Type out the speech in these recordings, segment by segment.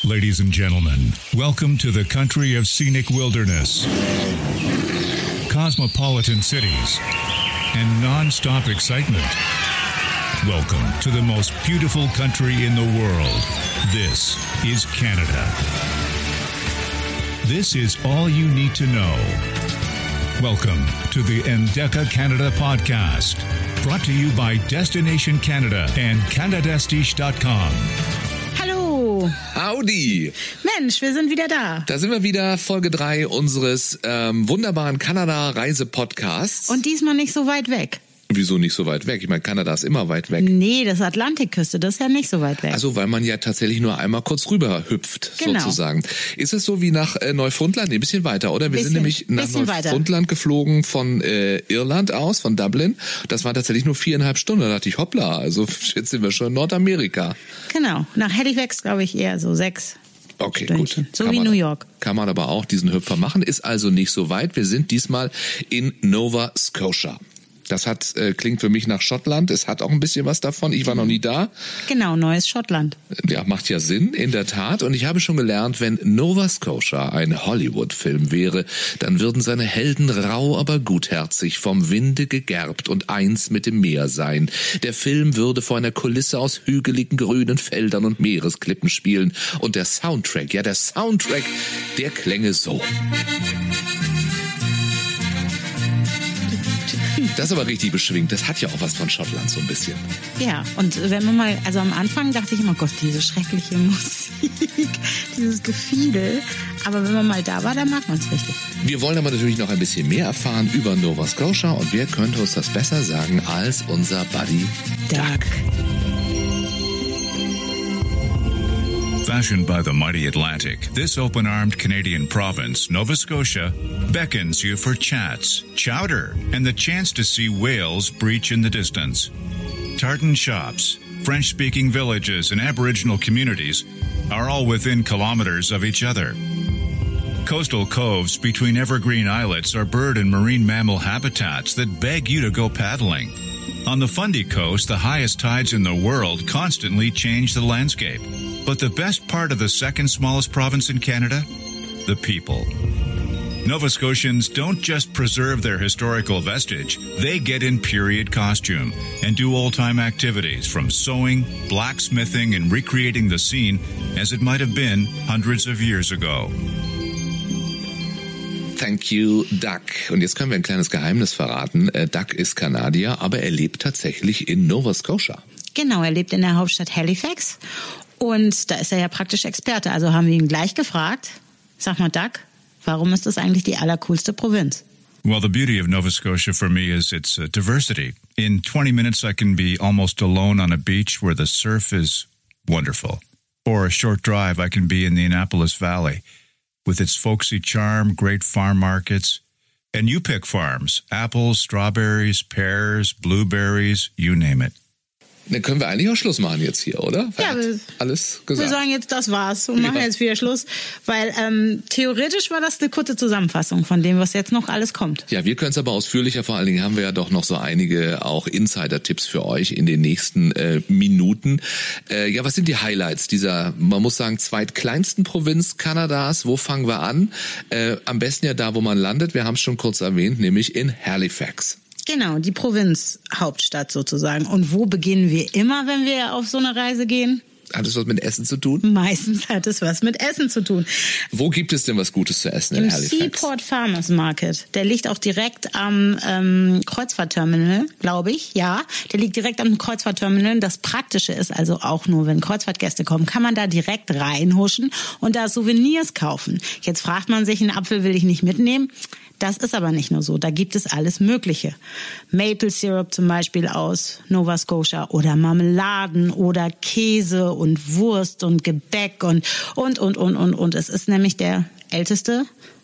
Ladies and gentlemen, welcome to the country of scenic wilderness, cosmopolitan cities, and non-stop excitement. Welcome to the most beautiful country in the world. This is Canada. This is all you need to know. Welcome to the Entdecka Canada podcast, brought to you by Destination Canada and Canadestige.com. Hallo. Howdy. Mensch, wir sind wieder da. Da sind wir wieder, Folge 3 unseres wunderbaren Kanada-Reise-Podcasts. Und diesmal nicht so weit weg. Wieso nicht so weit weg? Ich meine, Kanada ist immer weit weg. Nee, das Atlantikküste, das ist ja nicht so weit weg. Also, weil man ja tatsächlich nur einmal kurz rüber hüpft, genau, sozusagen. Ist es so wie nach Neufundland? Nee, ein bisschen weiter, oder? Wir sind nämlich nach Neufundland geflogen von Irland aus, von Dublin. Das war tatsächlich nur 4,5 Stunden. Da dachte ich, hoppla, also jetzt sind wir schon in Nordamerika. Genau, nach Halifax glaube ich eher so 6. Okay, Stündchen. Gut. So wie New York. Kann man aber auch diesen Hüpfer machen. Ist also nicht so weit. Wir sind diesmal in Nova Scotia. Das klingt für mich nach Schottland. Es hat auch ein bisschen was davon. Ich war noch nie da. Genau, neues Schottland. Ja, macht ja Sinn, in der Tat. Und ich habe schon gelernt, wenn Nova Scotia ein Hollywood-Film wäre, dann würden seine Helden rau, aber gutherzig vom Winde gegerbt und eins mit dem Meer sein. Der Film würde vor einer Kulisse aus hügeligen grünen Feldern und Meeresklippen spielen. Und der Soundtrack, der klänge so. Das ist aber richtig beschwingt. Das hat ja auch was von Schottland so ein bisschen. Ja, und wenn man mal, also am Anfang dachte ich immer, Gott, diese schreckliche Musik, dieses Gefiedel. Aber wenn man mal da war, dann mag man es richtig. Wir wollen aber natürlich noch ein bisschen mehr erfahren über Nova Scotia und wer könnte uns das besser sagen als unser Buddy Doug. Fashioned by the mighty Atlantic, this open-armed Canadian province, Nova Scotia, beckons you for chats, chowder, and the chance to see whales breach in the distance. Tartan shops, French-speaking villages, and Aboriginal communities are all within kilometers of each other. Coastal coves between evergreen islets are bird and marine mammal habitats that beg you to go paddling. On the Fundy Coast, the highest tides in the world constantly change the landscape. But the best part of the second smallest province in Canada? The people. Nova Scotians don't just preserve their historical vestige, they get in period costume and do old-time activities from sewing, blacksmithing, and recreating the scene as it might have been hundreds of years ago. Thank you, Doug. Und jetzt können wir ein kleines Geheimnis verraten. Doug ist Kanadier, aber er lebt tatsächlich in Nova Scotia. Genau, er lebt in der Hauptstadt Halifax. Und da ist er ja praktisch Experte. Also haben wir ihn gleich gefragt, sag mal Doug, warum ist das eigentlich die allercoolste Provinz? Well, the beauty of Nova Scotia for me is its diversity. In 20 minutes I can be almost alone on a beach where the surf is wonderful. For a short drive I can be in the Annapolis Valley with its folksy charm, great farm markets, and you pick farms, apples, strawberries, pears, blueberries, you name it. Dann können wir eigentlich auch Schluss machen jetzt hier, oder? Ja, alles gesagt. Wir sagen jetzt, das war's und machen jetzt wieder Schluss, weil theoretisch war das eine kurze Zusammenfassung von dem, was jetzt noch alles kommt. Ja, wir können es aber ausführlicher, vor allen Dingen haben wir ja doch noch so einige auch Insider-Tipps für euch in den nächsten Minuten. Ja, was sind die Highlights dieser, man muss sagen, zweitkleinsten Provinz Kanadas? Wo fangen wir an? Am besten ja da, wo man landet. Wir haben es schon kurz erwähnt, nämlich in Halifax. Genau, die Provinzhauptstadt sozusagen. Und wo beginnen wir immer, wenn wir auf so eine Reise gehen? Hat es was mit Essen zu tun? Meistens hat es was mit Essen zu tun. Wo gibt es denn was Gutes zu essen in Halifax? Im Seaport Farmers Market. Der liegt auch direkt am Kreuzfahrtterminal, glaube ich. Ja, der liegt direkt am Kreuzfahrtterminal. Das Praktische ist also auch nur, wenn Kreuzfahrtgäste kommen, kann man da direkt reinhuschen und da Souvenirs kaufen. Jetzt fragt man sich, einen Apfel will ich nicht mitnehmen. Das ist aber nicht nur so. Da gibt es alles Mögliche. Maple Syrup zum Beispiel aus Nova Scotia oder Marmeladen oder Käse und Wurst und Gebäck und. Es ist nämlich der älteste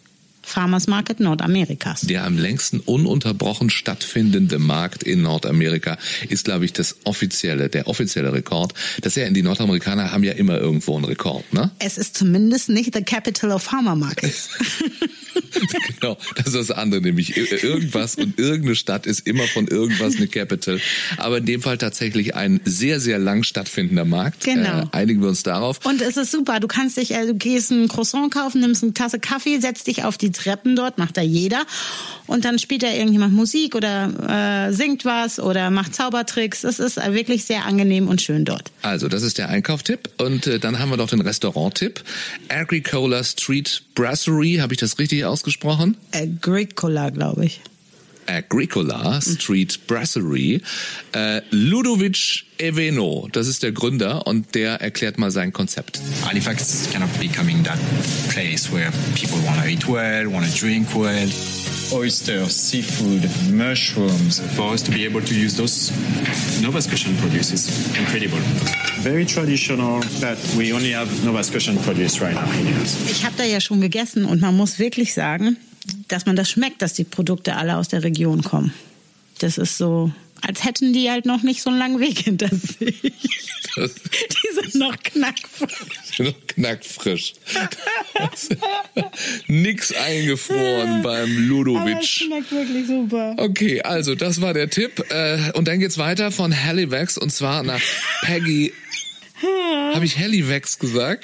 Farmers Market Nordamerikas. Der am längsten ununterbrochen stattfindende Markt in Nordamerika ist, glaube ich, der offizielle Rekord. Die Nordamerikaner haben ja immer irgendwo einen Rekord, ne? Es ist zumindest nicht the capital of Farmer Markets. Genau, das ist das andere, nämlich irgendwas und irgendeine Stadt ist immer von irgendwas eine Capital. Aber in dem Fall tatsächlich ein sehr, sehr lang stattfindender Markt. Genau. Einigen wir uns darauf. Und es ist super, du gehst ein Croissant kaufen, nimmst eine Tasse Kaffee, setzt dich auf die Treppen dort, macht da jeder. Und dann spielt da irgendjemand Musik oder singt was oder macht Zaubertricks. Es ist wirklich sehr angenehm und schön dort. Also, das ist der Einkaufstipp. Und dann haben wir noch den Restauranttipp. Agricola Street Brasserie, habe ich das richtig ausgesprochen? Agricola, glaube ich. Agricola Street Brasserie. Ludovic Eveno, das ist der Gründer und der erklärt mal sein Konzept. Halifax is kind of becoming that place where people want to eat well, want to drink well. Oysters, seafood, mushrooms. For us to be able to use those Nova Scotian produce is incredible. Very traditional, but we only have Nova Scotian produce right now in use. Ich habe da ja schon gegessen und man muss wirklich sagen, dass man das schmeckt, dass die Produkte alle aus der Region kommen. Das ist so, als hätten die halt noch nicht so einen langen Weg hinter sich. Die sind noch knackfrisch. Nix eingefroren beim Ludovic. Das schmeckt wirklich super. Okay, also das war der Tipp. Und dann geht's weiter von Halifax und zwar nach Peggy. Habe ich Halifax gesagt?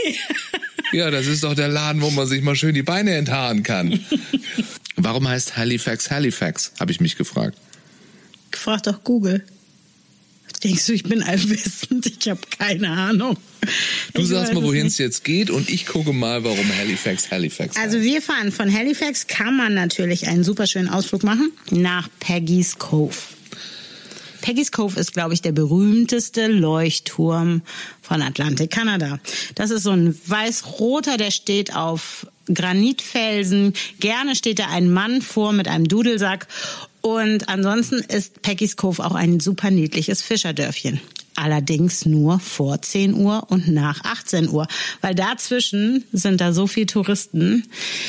Ja, das ist doch der Laden, wo man sich mal schön die Beine enthaaren kann. Warum heißt Halifax Halifax, habe ich mich gefragt. Frag doch Google. Denkst du, ich bin allwissend? Ich habe keine Ahnung. Du sagst mal, wohin es jetzt geht und ich gucke mal, warum Halifax Halifax heißt. Also wir fahren von Halifax, kann man natürlich einen super schönen Ausflug machen, nach Peggy's Cove. Peggy's Cove ist, glaube ich, der berühmteste Leuchtturm von Atlantik, Kanada. Das ist so ein weiß-roter, der steht auf Granitfelsen. Gerne steht da ein Mann vor mit einem Dudelsack. Und ansonsten ist Peggy's Cove auch ein super niedliches Fischerdörfchen. Allerdings nur vor 10 Uhr und nach 18 Uhr. Weil dazwischen sind da so viele Touristen.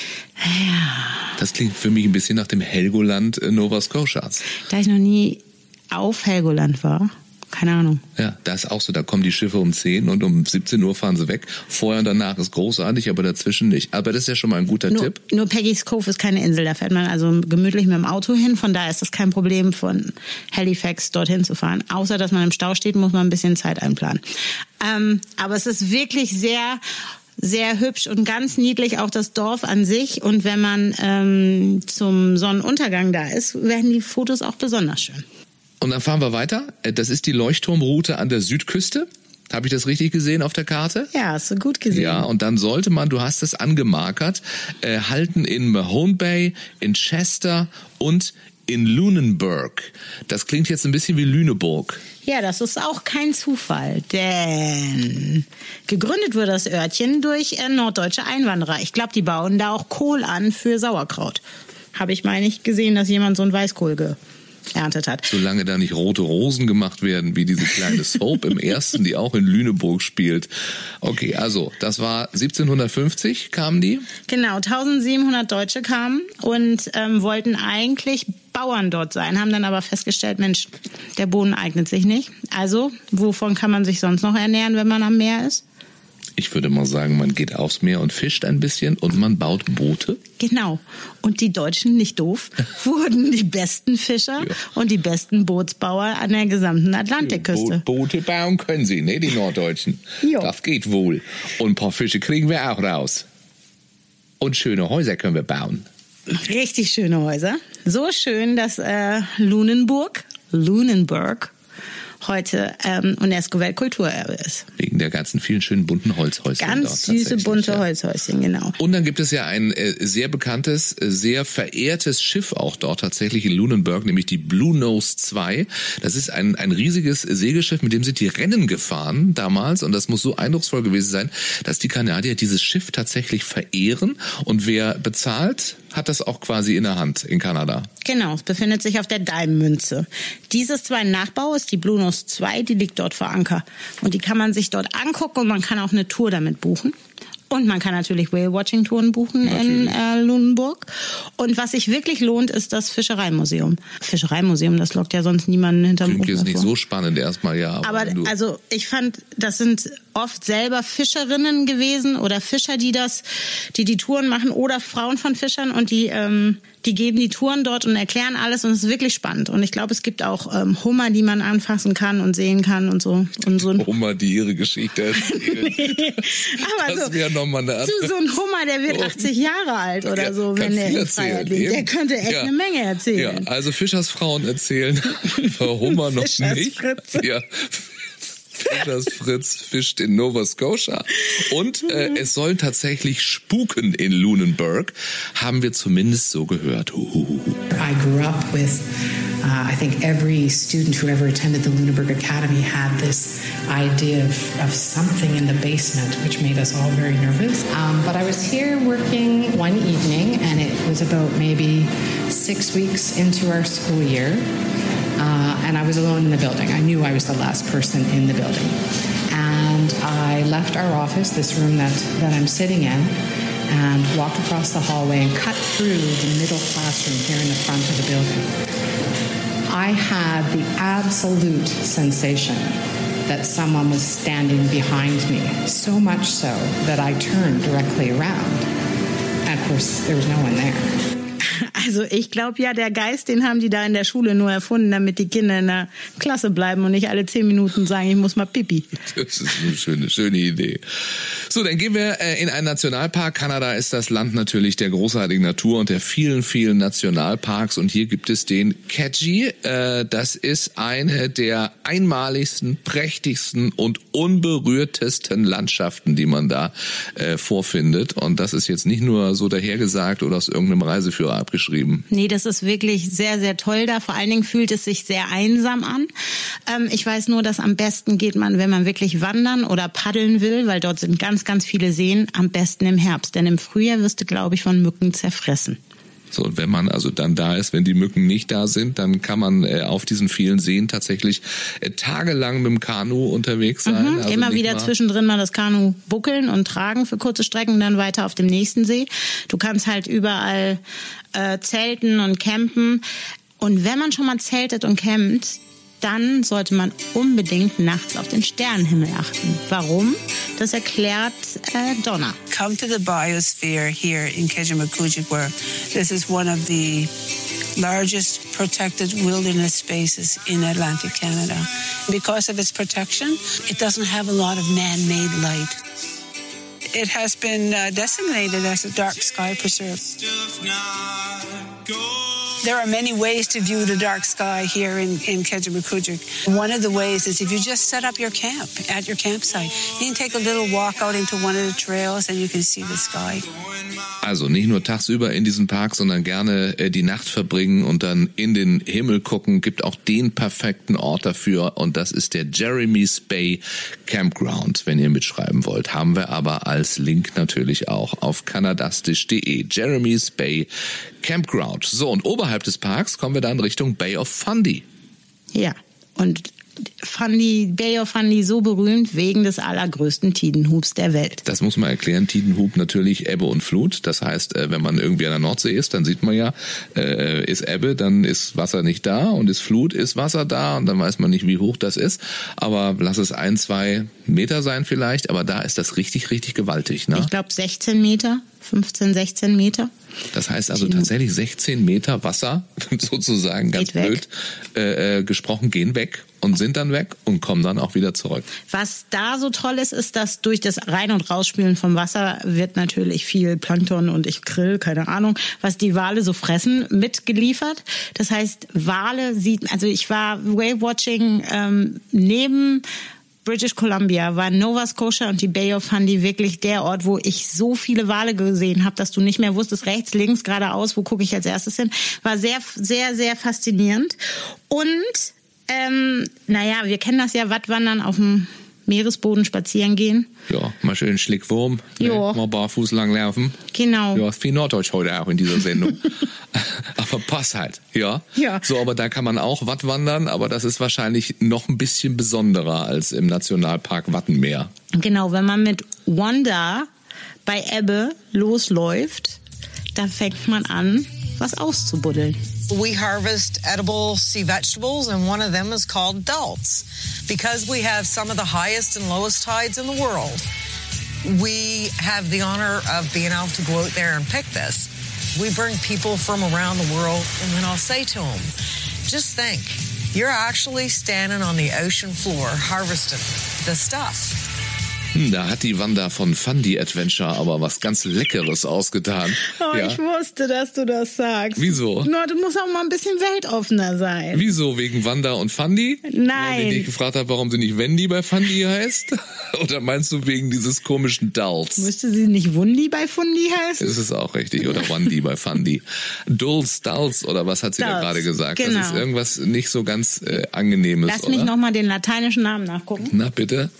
Ja. Das klingt für mich ein bisschen nach dem Helgoland Nova Scotias. Da ich noch nie auf Helgoland war, keine Ahnung. Ja, da ist auch so, da kommen die Schiffe um 10 und um 17 Uhr fahren sie weg. Vorher und danach ist großartig, aber dazwischen nicht. Aber das ist ja schon mal ein guter Tipp. Nur Peggy's Cove ist keine Insel, da fährt man also gemütlich mit dem Auto hin. Von daher ist das kein Problem, von Halifax dorthin zu fahren. Außer, dass man im Stau steht, muss man ein bisschen Zeit einplanen. Aber es ist wirklich sehr, sehr hübsch und ganz niedlich, auch das Dorf an sich. Und wenn man zum Sonnenuntergang da ist, werden die Fotos auch besonders schön. Und dann fahren wir weiter. Das ist die Leuchtturmroute an der Südküste. Habe ich das richtig gesehen auf der Karte? Ja, hast du gut gesehen. Ja, und dann sollte man, du hast es angemarkert, halten in Mahone Bay, in Chester und in Lunenburg. Das klingt jetzt ein bisschen wie Lüneburg. Ja, das ist auch kein Zufall, denn gegründet wurde das Örtchen durch norddeutsche Einwanderer. Ich glaube, die bauen da auch Kohl an für Sauerkraut. Habe ich mal nicht gesehen, dass jemand so einen Weißkohl geerntet hat. Solange da nicht rote Rosen gemacht werden, wie diese kleine Soap im ersten, die auch in Lüneburg spielt. Okay, also das war 1750 kamen die? Genau, 1700 Deutsche kamen und wollten eigentlich Bauern dort sein, haben dann aber festgestellt, Mensch, der Boden eignet sich nicht. Also, wovon kann man sich sonst noch ernähren, wenn man am Meer ist? Ich würde mal sagen, man geht aufs Meer und fischt ein bisschen und man baut Boote. Genau. Und die Deutschen, nicht doof, wurden die besten Fischer und die besten Bootsbauer an der gesamten Atlantikküste. Boote bauen können sie, ne, die Norddeutschen. Jo. Das geht wohl. Und ein paar Fische kriegen wir auch raus. Und schöne Häuser können wir bauen. Richtig schöne Häuser. So schön, dass Lunenburg heute UNESCO-Weltkulturerbe ist. Wegen der ganzen vielen schönen bunten Holzhäuschen. Ganz süße, bunte Holzhäuschen, genau. Und dann gibt es ja ein sehr bekanntes, sehr verehrtes Schiff auch dort tatsächlich in Lunenburg, nämlich die Blue Nose 2. Das ist ein riesiges Segelschiff, mit dem sind die Rennen gefahren damals. Und das muss so eindrucksvoll gewesen sein, dass die Kanadier dieses Schiff tatsächlich verehren. Und wer bezahlt, hat das auch quasi in der Hand in Kanada. Genau, es befindet sich auf der Dime-Münze. Dieses zwar ein Nachbau ist, die Blue Nose 2, die liegt dort vor Anker. Und die kann man sich dort angucken und man kann auch eine Tour damit buchen. Und man kann natürlich Whale-Watching-Touren buchen in Lunenburg. Und was sich wirklich lohnt, ist das Fischereimuseum. Fischereimuseum, das lockt ja sonst niemanden hinterm Ofen. Klingt jetzt nicht so spannend erstmal, ja. Aber also ich fand, das sind oft selber Fischerinnen gewesen oder Fischer, die Touren machen oder Frauen von Fischern und die geben die Touren dort und erklären alles und es ist wirklich spannend. Und ich glaube, es gibt auch Hummer, die man anfassen kann und sehen kann und so. Und so Hummer, die ihre Geschichte erzählen. Nee, aber das wäre nochmal eine andere. So ein Hummer, der wird 80 Jahre alt oder so, wenn der in Freiheit liegt. Der könnte echt eine Menge erzählen. Ja, also Fischersfrauen erzählen, Hummer noch nicht. Ja. Fischers Fritz fischt in Nova Scotia. Und es soll tatsächlich spuken in Lunenburg, haben wir zumindest so gehört. I grew up with, I think every student who ever attended the Lunenburg Academy had this idea of something in the basement, which made us all very nervous. But I was here working one evening, and it was about maybe 6 weeks into our school year. And I was alone in the building. I knew I was the last person in the building. And I left our office, this room that I'm sitting in, and walked across the hallway and cut through the middle classroom here in the front of the building. I had the absolute sensation that someone was standing behind me, so much so that I turned directly around. And of course, there was no one there. Also ich glaube ja, der Geist, den haben die da in der Schule nur erfunden, damit die Kinder in der Klasse bleiben und nicht alle 10 Minuten sagen, ich muss mal pipi. Das ist eine schöne Idee. So, dann gehen wir in einen Nationalpark. Kanada ist das Land natürlich der großartigen Natur und der vielen, vielen Nationalparks. Und hier gibt es den Keji. Das ist eine der einmaligsten, prächtigsten und unberührtesten Landschaften, die man da vorfindet. Und das ist jetzt nicht nur so dahergesagt oder aus irgendeinem Reiseführer abgeschrieben. Nee, das ist wirklich sehr, sehr toll da. Vor allen Dingen fühlt es sich sehr einsam an. Ich weiß nur, dass am besten geht man, wenn man wirklich wandern oder paddeln will, weil dort sind ganz, ganz viele Seen, am besten im Herbst. Denn im Frühjahr wirst du, glaube ich, von Mücken zerfressen. So, und wenn man also dann da ist, wenn die Mücken nicht da sind, dann kann man auf diesen vielen Seen tatsächlich tagelang mit dem Kanu unterwegs sein. Also immer wieder zwischendrin mal das Kanu buckeln und tragen für kurze Strecken und dann weiter auf dem nächsten See. Du kannst halt überall zelten und campen. Und wenn man schon mal zeltet und campt, dann sollte man unbedingt nachts auf den Sternenhimmel achten. Warum? Das erklärt Donna. Come to the biosphere here in Kejimkujik, where this is one of the largest protected wilderness spaces in Atlantic Canada. Because of its protection, it doesn't have a lot of man-made light. It has been designated as a dark sky preserve. There are many ways to view the dark sky here in Kejimkujik. One of the ways is if you just set up your camp at your campsite. You can take a little walk out into one of the trails and you can see the sky. Also nicht nur tagsüber in diesem Park, sondern gerne die Nacht verbringen und dann in den Himmel gucken. Gibt auch den perfekten Ort dafür und das ist der Jeremy's Bay Campground. Wenn ihr mitschreiben wollt, haben wir aber als Link natürlich auch auf kanadastisch.de. Jeremy's Bay Campground. So, und oberhalb des Parks kommen wir dann Richtung Bay of Fundy. Ja, und Bay of Fundy so berühmt wegen des allergrößten Tidenhubs der Welt. Das muss man erklären. Tidenhub natürlich Ebbe und Flut. Das heißt, wenn man irgendwie an der Nordsee ist, dann sieht man ja, ist Ebbe, dann ist Wasser nicht da und ist Flut, ist Wasser da und dann weiß man nicht, wie hoch das ist. Aber lass es 1-2 Meter sein vielleicht, aber da ist das richtig, richtig gewaltig. Ne? Ich glaube 16 Meter. 15, 16 Meter. Das heißt also tatsächlich 16 Meter Wasser, sozusagen ganz blöd gesprochen, gehen weg und sind dann weg und kommen dann auch wieder zurück. Was da so toll ist, ist, dass durch das Rein- und Rausspülen vom Wasser wird natürlich viel Plankton und Krill, keine Ahnung, was die Wale so fressen, mitgeliefert. Das heißt, ich war Whale-Watching neben British Columbia war Nova Scotia und die Bay of Fundy wirklich der Ort, wo ich so viele Wale gesehen habe, dass du nicht mehr wusstest, rechts, links, geradeaus, wo gucke ich als erstes hin. War sehr, sehr, sehr faszinierend. Und, wir kennen das ja, Wattwandern auf dem Meeresboden spazieren gehen. Ja, mal schön Schlickwurm, mal barfuß langlaufen. Genau. Ja, viel Norddeutsch heute auch in dieser Sendung. Aber passt halt, ja. So, aber da kann man auch Wattwandern, aber das ist wahrscheinlich noch ein bisschen besonderer als im Nationalpark Wattenmeer. Genau, wenn man mit Wanda bei Ebbe losläuft, da fängt man an, was auszubuddeln. We harvest edible sea vegetables, and one of them is called dulse. Because we have some of the highest and lowest tides in the world, we have the honor of being able to go out there and pick this. We bring people from around the world, and then I'll say to them, just think, you're actually standing on the ocean floor harvesting the stuff. Da hat die Wanda von Fundy Adventure aber was ganz Leckeres ausgetan. Oh, ja. Ich wusste, dass du das sagst. Wieso? No, du musst auch mal ein bisschen weltoffener sein. Wieso? Wegen Wanda und Fundy? Nein. Weil ich dich gefragt habe, warum sie nicht Wendy bei Fundy heißt? Oder meinst du wegen dieses komischen Dulse? Müsste sie nicht Wundi bei Fundi heißen? Das ist auch richtig. Oder Wandi bei Fundy. Dulse oder was hat sie da gerade gesagt? Genau. Das ist irgendwas nicht so ganz Angenehmes, Lass mich nochmal den lateinischen Namen nachgucken. Na bitte.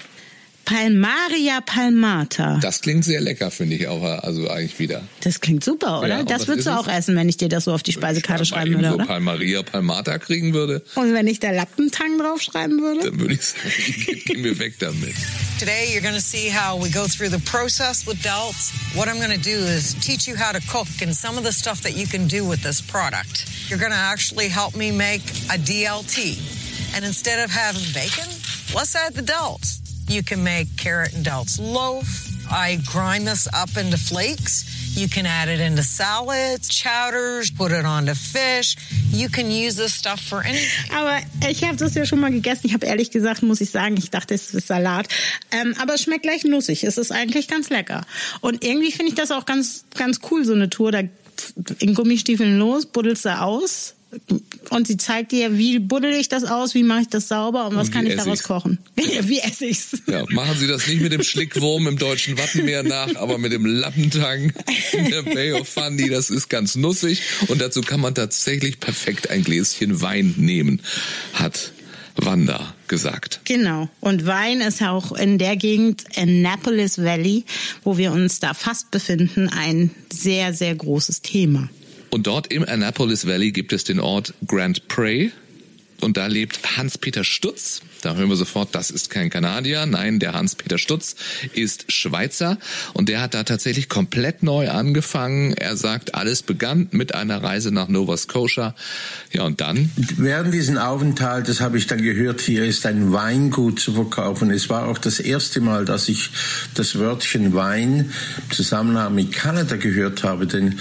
Palmaria palmata. Das klingt sehr lecker, finde ich auch, also eigentlich wieder. Das klingt super, oder? Ja, das würdest du auch essen, wenn ich dir das so auf die Speisekarte schreiben würde, so oder? Palmaria palmata kriegen würde. Und wenn ich da Lappentang draufschreiben würde? Dann würde ich sagen, geh mir weg damit. Today you're going to see how we go through the process with dulse. What I'm going to do is teach you how to cook and some of the stuff that you can do with this product. You're going to actually help me make a DLT. And instead of having bacon, let's add the dulse. You can make carrot and dulse loaf. I grind this up into flakes. You can add it into salads, chowders, put it onto fish. You can use this stuff for anything. Aber ich habe das ja schon mal gegessen. Ich habe ehrlich gesagt, muss ich sagen, ich dachte, es ist Salat. Aber es schmeckt gleich nussig. Es ist eigentlich ganz lecker. Und irgendwie finde ich das auch ganz, ganz cool, so eine Tour. Da in Gummistiefeln los, buddelst du aus. Und sie zeigt dir, wie buddel ich das aus, wie mache ich das sauber und was kann ich daraus kochen. Wie esse ich's? Ja, machen Sie das nicht mit dem Schlickwurm im deutschen Wattenmeer nach, aber mit dem Lappentang in der Bay of Fundy. Das ist ganz nussig und dazu kann man tatsächlich perfekt ein Gläschen Wein nehmen, hat Wanda gesagt. Genau. Und Wein ist auch in der Gegend, Annapolis Valley, wo wir uns da fast befinden, ein sehr, sehr großes Thema. Und dort im Annapolis Valley gibt es den Ort Grand Prairie. Und da lebt Hans-Peter Stutz. Da hören wir sofort, das ist kein Kanadier. Nein, der Hans-Peter Stutz ist Schweizer. Und der hat da tatsächlich komplett neu angefangen. Er sagt, alles begann mit einer Reise nach Nova Scotia. Ja, und dann? Während diesen Aufenthalt, das habe ich dann gehört, hier ist ein Weingut zu verkaufen. Es war auch das erste Mal, dass ich das Wörtchen Wein im Zusammenhang mit Kanada gehört habe. Denn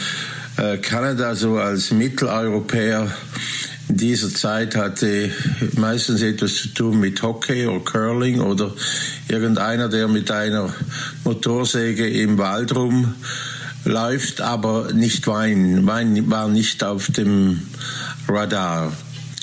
Kanada so als Mitteleuropäer in dieser Zeit hatte meistens etwas zu tun mit Hockey oder Curling oder irgendeiner, der mit einer Motorsäge im Wald rumläuft, aber nicht Wein. Wein war nicht auf dem Radar.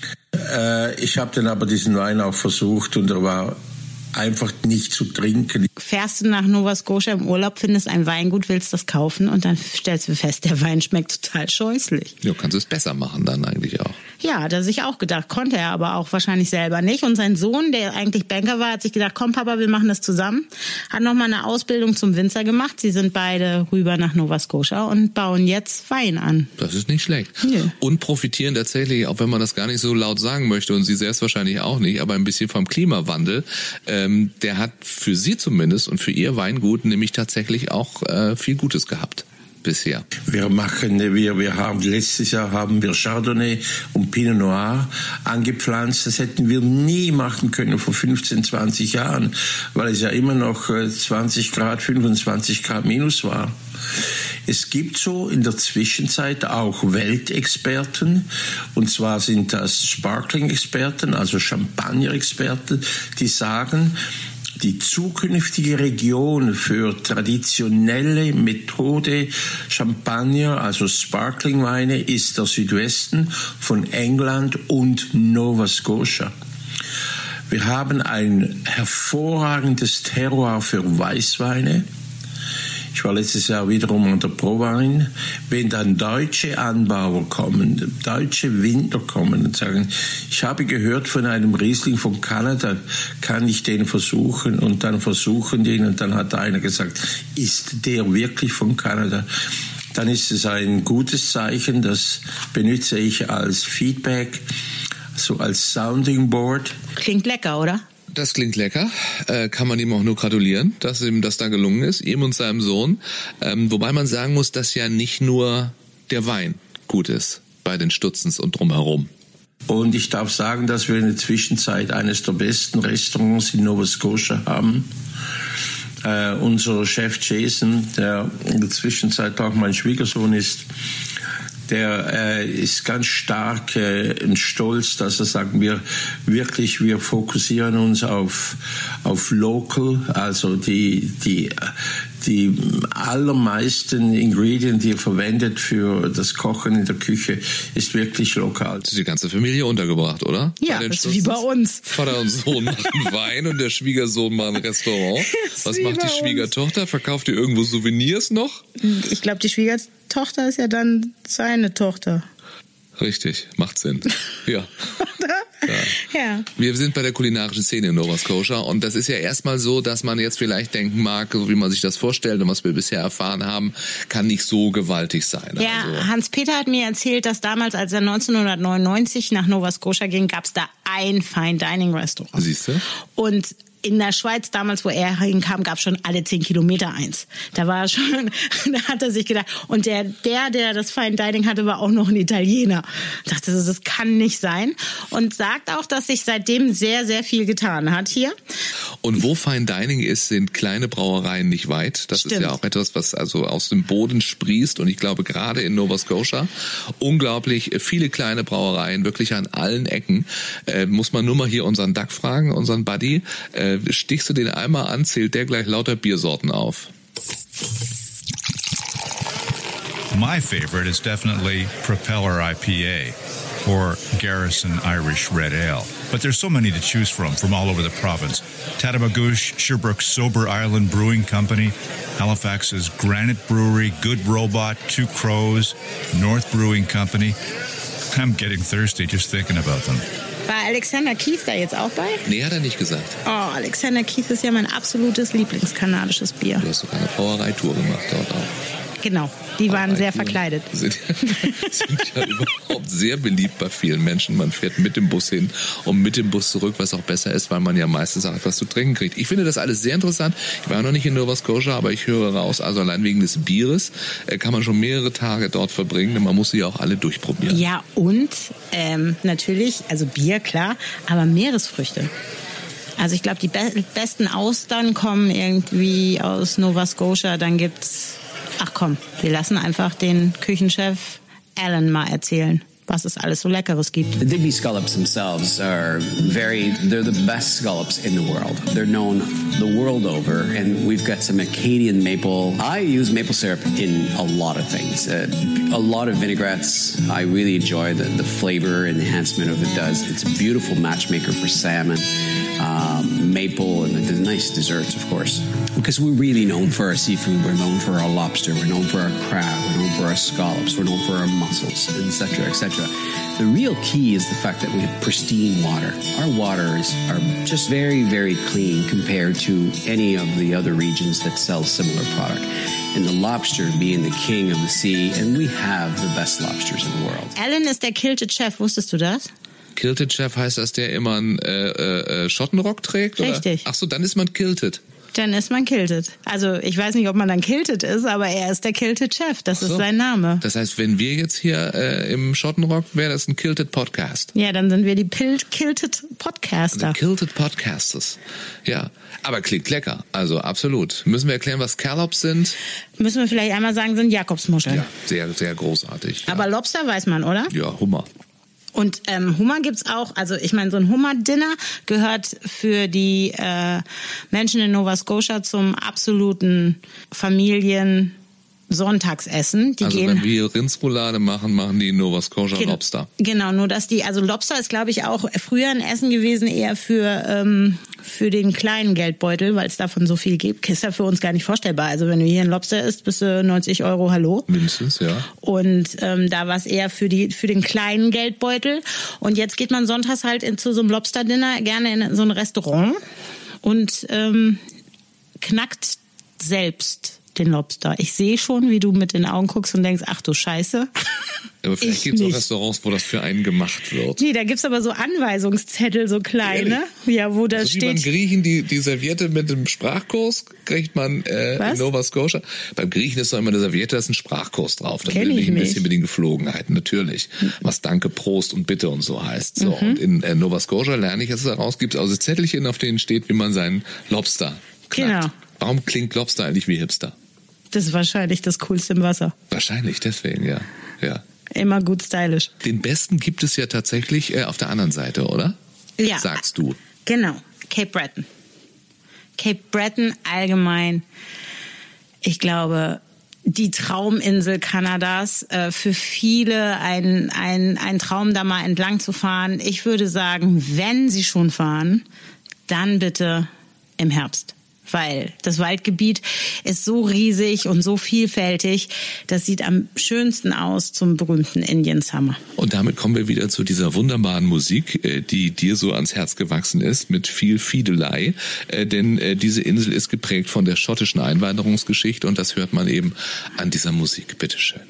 Ich habe dann aber diesen Wein auch versucht und er war einfach nicht zu trinken. Fährst du nach Nova Scotia im Urlaub, findest ein Weingut, willst das kaufen und dann stellst du fest, der Wein schmeckt total scheußlich. Ja, kannst du es besser machen dann eigentlich auch. Ja, hat er sich auch gedacht, konnte er aber auch wahrscheinlich selber nicht. Und sein Sohn, der eigentlich Banker war, hat sich gedacht, komm Papa, wir machen das zusammen. Hat nochmal eine Ausbildung zum Winzer gemacht. Sie sind beide rüber nach Nova Scotia und bauen jetzt Wein an. Das ist nicht schlecht. Nö. Und profitieren tatsächlich, auch wenn man das gar nicht so laut sagen möchte und sie selbst wahrscheinlich auch nicht, aber ein bisschen vom Klimawandel. Der hat für sie zumindest und für ihr Weingut nämlich tatsächlich auch viel Gutes gehabt. Bisher. Wir haben letztes Jahr haben wir Chardonnay und Pinot Noir angepflanzt. Das hätten wir nie machen können vor 15, 20 Jahren, weil es ja immer noch 20 Grad, 25 Grad minus war. Es gibt so in der Zwischenzeit auch Weltexperten, und zwar sind das Sparkling-Experten, also Champagner-Experten, die sagen, die zukünftige Region für traditionelle Methode Champagner, also Sparkling-Weine, ist der Südwesten von England und Nova Scotia. Wir haben ein hervorragendes Terroir für Weißweine. Ich war letztes Jahr wiederum an der ProWein. Wenn dann deutsche Anbauer kommen, deutsche Winzer kommen und sagen, ich habe gehört von einem Riesling von Kanada, kann ich den versuchen? Und dann versuchen die ihn und dann hat einer gesagt, ist der wirklich von Kanada? Dann ist es ein gutes Zeichen, das benutze ich als Feedback, so als Sounding Board. Klingt lecker, oder? Das klingt lecker. Kann man ihm auch nur gratulieren, dass ihm das da gelungen ist, ihm und seinem Sohn. Wobei man sagen muss, dass ja nicht nur der Wein gut ist bei den Stutzens und drumherum. Und ich darf sagen, dass wir in der Zwischenzeit eines der besten Restaurants in Nova Scotia haben. Unser Chef Jason, der in der Zwischenzeit auch mein Schwiegersohn ist, der ist ganz stark und stolz, dass er sagt, wir fokussieren uns auf Local, also die allermeisten Ingredients, die er verwendet für das Kochen in der Küche, ist wirklich lokal. Das ist die ganze Familie untergebracht, oder? Ja, das ist wie bei uns. Vater und Sohn machen Wein und der Schwiegersohn macht ein Restaurant. Was macht die Schwiegertochter? Verkauft ihr irgendwo Souvenirs noch? Ich glaube, die Schwiegertochter ist ja dann seine Tochter. Richtig, macht Sinn. Ja. Ja. Wir sind bei der kulinarischen Szene in Nova Scotia und das ist ja erstmal so, dass man jetzt vielleicht denken mag, so wie man sich das vorstellt und was wir bisher erfahren haben, kann nicht so gewaltig sein. Ja, also Hans-Peter hat mir erzählt, dass damals, als er 1999 nach Nova Scotia ging, gab es da ein Fine Dining Restaurant. Siehst du? Und in der Schweiz damals, wo er hinkam, gab es schon alle 10 Kilometer eins. Da war schon, da hat er sich gedacht, und der das Fine Dining hatte, war auch noch ein Italiener. Ich dachte, das kann nicht sein. Und sagt auch, dass sich seitdem sehr, sehr viel getan hat hier. Und wo Fine Dining ist, sind kleine Brauereien nicht weit. Das Stimmt. ist ja auch etwas, was also aus dem Boden sprießt. Und ich glaube, gerade in Nova Scotia unglaublich viele kleine Brauereien, wirklich an allen Ecken. Muss man nur mal hier unseren Duck fragen, unseren Buddy. Stichst du den einmal an, zählt der gleich lauter Biersorten auf. My favorite is definitely Propeller IPA or Garrison Irish Red Ale. But there's so many to choose from all over the province. Tatabagouche, Sherbrooke Sober Island Brewing Company, Halifax's Granite Brewery, Good Robot, Two Crows, North Brewing Company. I'm getting thirsty just thinking about them. War Alexander Keith da jetzt auch bei? Nee, hat er nicht gesagt. Oh, Alexander Keith ist ja mein absolutes Lieblingskanadisches Bier. Du hast sogar eine Brauereitour gemacht dort auch. Genau, die waren sehr verkleidet. Sind ja überhaupt sehr beliebt bei vielen Menschen. Man fährt mit dem Bus hin und mit dem Bus zurück, was auch besser ist, weil man ja meistens auch etwas zu trinken kriegt. Ich finde das alles sehr interessant. Ich war noch nicht in Nova Scotia, aber ich höre raus, also allein wegen des Bieres kann man schon mehrere Tage dort verbringen, denn man muss sie ja auch alle durchprobieren. Ja, und natürlich, also Bier, klar, aber Meeresfrüchte. Also ich glaube, die besten Austern kommen irgendwie aus Nova Scotia. Dann gibt's, ach komm, wir lassen einfach den Küchenchef Alan mal erzählen, was es alles so Leckeres gibt. The Digby scallops themselves they're the best scallops in the world. They're known the world over, and we've got some Acadian maple. I use maple syrup in a lot of things. A lot of vinaigrettes. I really enjoy the flavor and enhancement of it does. It's a beautiful matchmaker for salmon. Maple and the nice desserts, of course. Because we're really known for our seafood. We're known for our lobster. We're known for our crab. We're known for our scallops. We're known for our mussels, etc., etc. The real key is the fact that we have pristine water. Our waters are just very, very clean compared to any of the other regions that sell similar product. And the lobster being the king of the sea, and we have the best lobsters in the world. Alan ist der Kilted Chef, wusstest du das? Kilted Chef heißt, dass der immer einen Schottenrock trägt? Richtig. Oder? Ach so, dann ist man kilted. Dann ist man kilted. Also ich weiß nicht, ob man dann kilted ist, aber er ist der Kilted Chef. Das ist sein Name. Das heißt, wenn wir jetzt hier im Schottenrock, wäre das ein Kilted Podcast. Ja, dann sind wir die Kilted Podcaster. Die Kilted Podcasters. Ja, aber klingt lecker. Also absolut. Müssen wir erklären, was Scallops sind? Müssen wir vielleicht einmal sagen, sind Jakobsmuscheln. Ja, sehr, sehr großartig. Ja. Aber Lobster weiß man, oder? Ja, Hummer. Und Hummer gibt's auch, also ich meine, so ein Hummer-Dinner gehört für die Menschen in Nova Scotia zum absoluten Familien-Sonntagsessen. Die also gehen, wenn wir Rindsroulade machen, machen die in Nova Scotia Lobster. Genau, nur dass also Lobster ist, glaube ich, auch früher ein Essen gewesen, eher für den kleinen Geldbeutel, weil es davon so viel gibt. Ist ja für uns gar nicht vorstellbar. Also wenn du hier ein Lobster isst, bist du 90 €, hallo. Mindestens, ja. Und da war es eher für den kleinen Geldbeutel. Und jetzt geht man sonntags halt zu so einem Lobster-Dinner gerne in so ein Restaurant und knackt selbst den Lobster. Ich sehe schon, wie du mit den Augen guckst und denkst, ach du Scheiße. Aber vielleicht gibt es auch Restaurants, wo das für einen gemacht wird. Nee, da gibt's aber so Anweisungszettel, so kleine, ja, wo da also steht... Wie beim Griechen die Serviette mit dem Sprachkurs kriegt man in Nova Scotia. Beim Griechen ist doch immer eine Serviette, da ist ein Sprachkurs drauf. Da bin ich ein bisschen mit den Geflogenheiten, natürlich. Was Danke, Prost und Bitte und so heißt. So. Und in Nova Scotia lerne ich jetzt daraus, gibt es also Zettelchen, auf denen steht, wie man seinen Lobster knackt. Genau. Warum klingt Lobster eigentlich wie Hipster? Das ist wahrscheinlich das Coolste im Wasser. Wahrscheinlich, deswegen, ja. Immer gut stylisch. Den besten gibt es ja tatsächlich auf der anderen Seite, oder? Ja. Sagst du. Genau, Cape Breton. Cape Breton allgemein, ich glaube, die Trauminsel Kanadas, für viele ein Traum, da mal entlang zu fahren. Ich würde sagen, wenn Sie schon fahren, dann bitte im Herbst. Weil das Waldgebiet ist so riesig und so vielfältig, das sieht am schönsten aus zum berühmten Indian Summer. Und damit kommen wir wieder zu dieser wunderbaren Musik, die dir so ans Herz gewachsen ist, mit viel Fiedelei. Denn diese Insel ist geprägt von der schottischen Einwanderungsgeschichte und das hört man eben an dieser Musik. Bitteschön.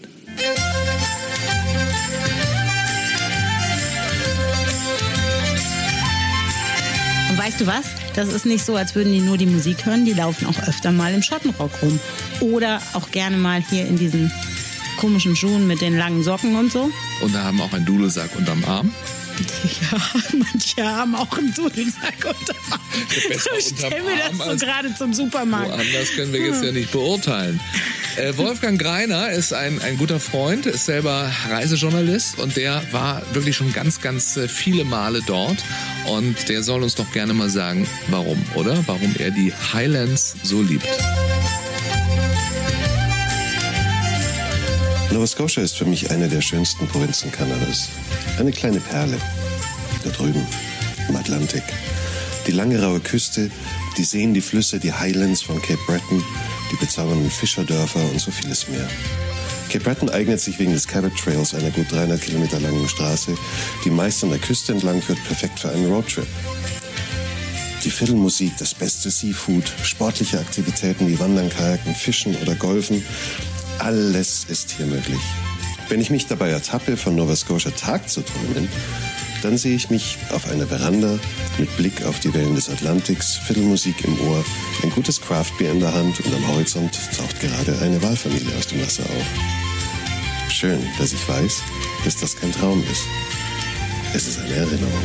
Und weißt du was? Das ist nicht so, als würden die nur die Musik hören. Die laufen auch öfter mal im Schottenrock rum. Oder auch gerne mal hier in diesen komischen Schuhen mit den langen Socken und so. Und da haben auch einen Dudelsack unterm Arm. Ja, manche haben auch einen Dudelsack unterm Arm. Ich stell mir das so gerade zum Supermarkt. Woanders können wir jetzt ja nicht beurteilen. Wolfgang Greiner ist ein guter Freund, ist selber Reisejournalist und der war wirklich schon ganz, ganz viele Male dort. Und der soll uns doch gerne mal sagen, warum, oder? Warum er die Highlands so liebt. Nova Scotia ist für mich eine der schönsten Provinzen Kanadas. Eine kleine Perle, da drüben im Atlantik. Die lange raue Küste, die Seen, die Flüsse, die Highlands von Cape Breton, die bezaubernden Fischerdörfer und so vieles mehr. Cape Breton eignet sich wegen des Cabot Trails, einer gut 300 Kilometer langen Straße, die meist an der Küste entlang führt, perfekt für einen Roadtrip. Die Fiddlemusik, das beste Seafood, sportliche Aktivitäten wie Wandern, Kajaken, Fischen oder Golfen, alles ist hier möglich. Wenn ich mich dabei ertappe, von Nova Scotia Tag zu träumen, dann sehe ich mich auf einer Veranda mit Blick auf die Wellen des Atlantiks, Fiddlemusik im Ohr, ein gutes Craftbier in der Hand und am Horizont taucht gerade eine Walfamilie aus dem Wasser auf. Schön, dass ich weiß, dass das kein Traum ist. Es ist eine Erinnerung.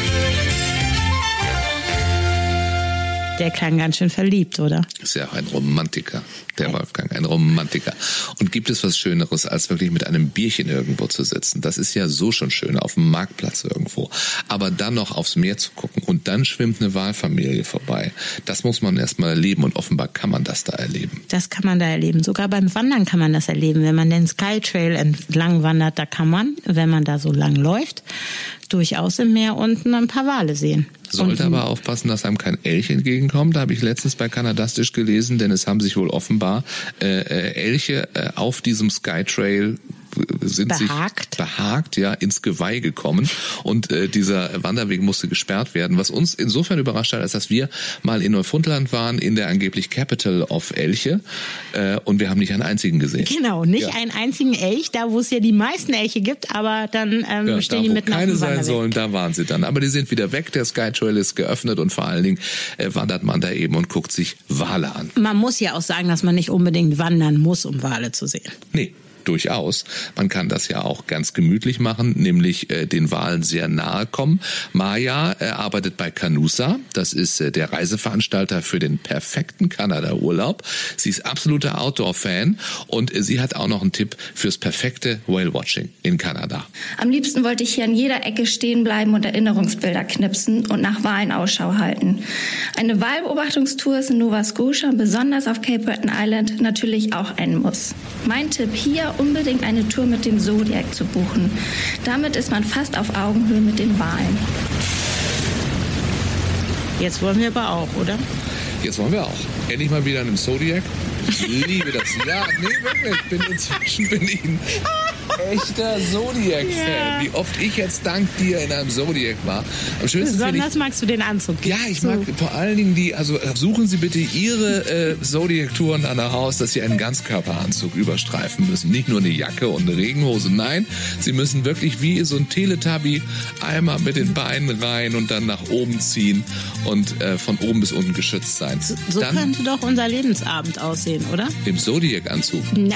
Der klang ganz schön verliebt, oder? Ist ja auch ein Romantiker, der Wolfgang, ein Romantiker. Und gibt es was Schöneres, als wirklich mit einem Bierchen irgendwo zu sitzen? Das ist ja so schon schön, auf dem Marktplatz irgendwo. Aber dann noch aufs Meer zu gucken und dann schwimmt eine Walfamilie vorbei. Das muss man erstmal erleben und offenbar kann man das da erleben. Das kann man da erleben. Sogar beim Wandern kann man das erleben. Wenn man den Skytrail entlang wandert, da kann man, wenn man da so lang läuft, durchaus im Meer unten ein paar Wale sehen. Sollte aber aufpassen, dass einem kein Elch entgegenkommt. Da habe ich letztens bei Kanadastisch gelesen, denn es haben sich wohl offenbar Elche auf diesem Skytrail sind behagt, ja, ins Geweih gekommen und dieser Wanderweg musste gesperrt werden, was uns insofern überrascht hat, als dass wir mal in Neufundland waren, in der angeblich Capital of Elche und wir haben nicht einen einzigen gesehen. Genau, nicht einen einzigen Elch, da wo es ja die meisten Elche gibt, aber dann stehen die mitten auf dem Wanderweg. Keine sein sollen, da waren sie dann, aber die sind wieder weg, der Skytrail ist geöffnet und vor allen Dingen wandert man da eben und guckt sich Wale an. Man muss ja auch sagen, dass man nicht unbedingt wandern muss, um Wale zu sehen. Nee. Durchaus. Man kann das ja auch ganz gemütlich machen, nämlich den Walen sehr nahe kommen. Maja arbeitet bei Canusa. Das ist der Reiseveranstalter für den perfekten Kanada-Urlaub. Sie ist absoluter Outdoor-Fan und sie hat auch noch einen Tipp fürs perfekte Whale-Watching in Kanada. Am liebsten wollte ich hier an jeder Ecke stehen bleiben und Erinnerungsbilder knipsen und nach Walen Ausschau halten. Eine Walbeobachtungstour ist in Nova Scotia, besonders auf Cape Breton Island, natürlich auch ein Muss. Mein Tipp hier: unbedingt eine Tour mit dem Zodiac zu buchen. Damit ist man fast auf Augenhöhe mit den Walen. Jetzt wollen wir aber auch, oder? Jetzt wollen wir auch. Endlich mal wieder in einem Zodiac. Ich liebe das. Ja, nee, wirklich. Inzwischen bin ich ein echter Zodiac-Fan. Ja. Wie oft ich jetzt dank dir in einem Zodiac war. Am schönsten Besonders magst du den Anzug. Ja, ich mag vor allen Dingen suchen Sie bitte Ihre Zodiac-Touren danach aus, dass Sie einen Ganzkörperanzug überstreifen müssen. Nicht nur eine Jacke und eine Regenhose. Nein, Sie müssen wirklich wie so ein Teletubby einmal mit den Beinen rein und dann nach oben ziehen und von oben bis unten geschützt sein. So dann könnte doch unser Lebensabend aussehen, oder? im Zodiac-Anzug. Nein.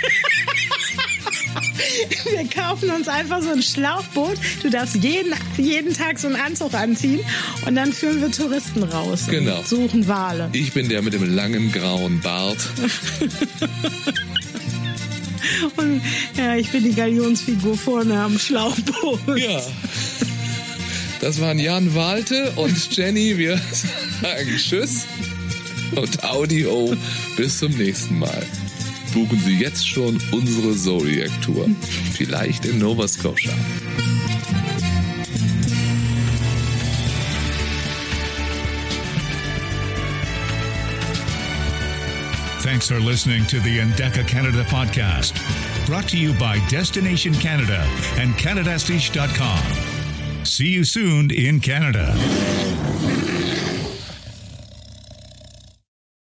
Wir kaufen uns einfach so ein Schlauchboot. Du darfst jeden Tag so einen Anzug anziehen und dann führen wir Touristen raus. Genau. Und suchen Wale. Ich bin der mit dem langen grauen Bart. Und ja, ich bin die Galionsfigur vorne am Schlauchboot. Ja. Das waren Jan Walte und Jenny. Wir sagen Tschüss und Audio. Bis zum nächsten Mal. Buchen Sie jetzt schon unsere Zodiac-Tour. Vielleicht in Nova Scotia. Thanks for listening to the Endeca Canada podcast, brought to you by Destination Canada and CanadaStiche.com. See you soon in Canada.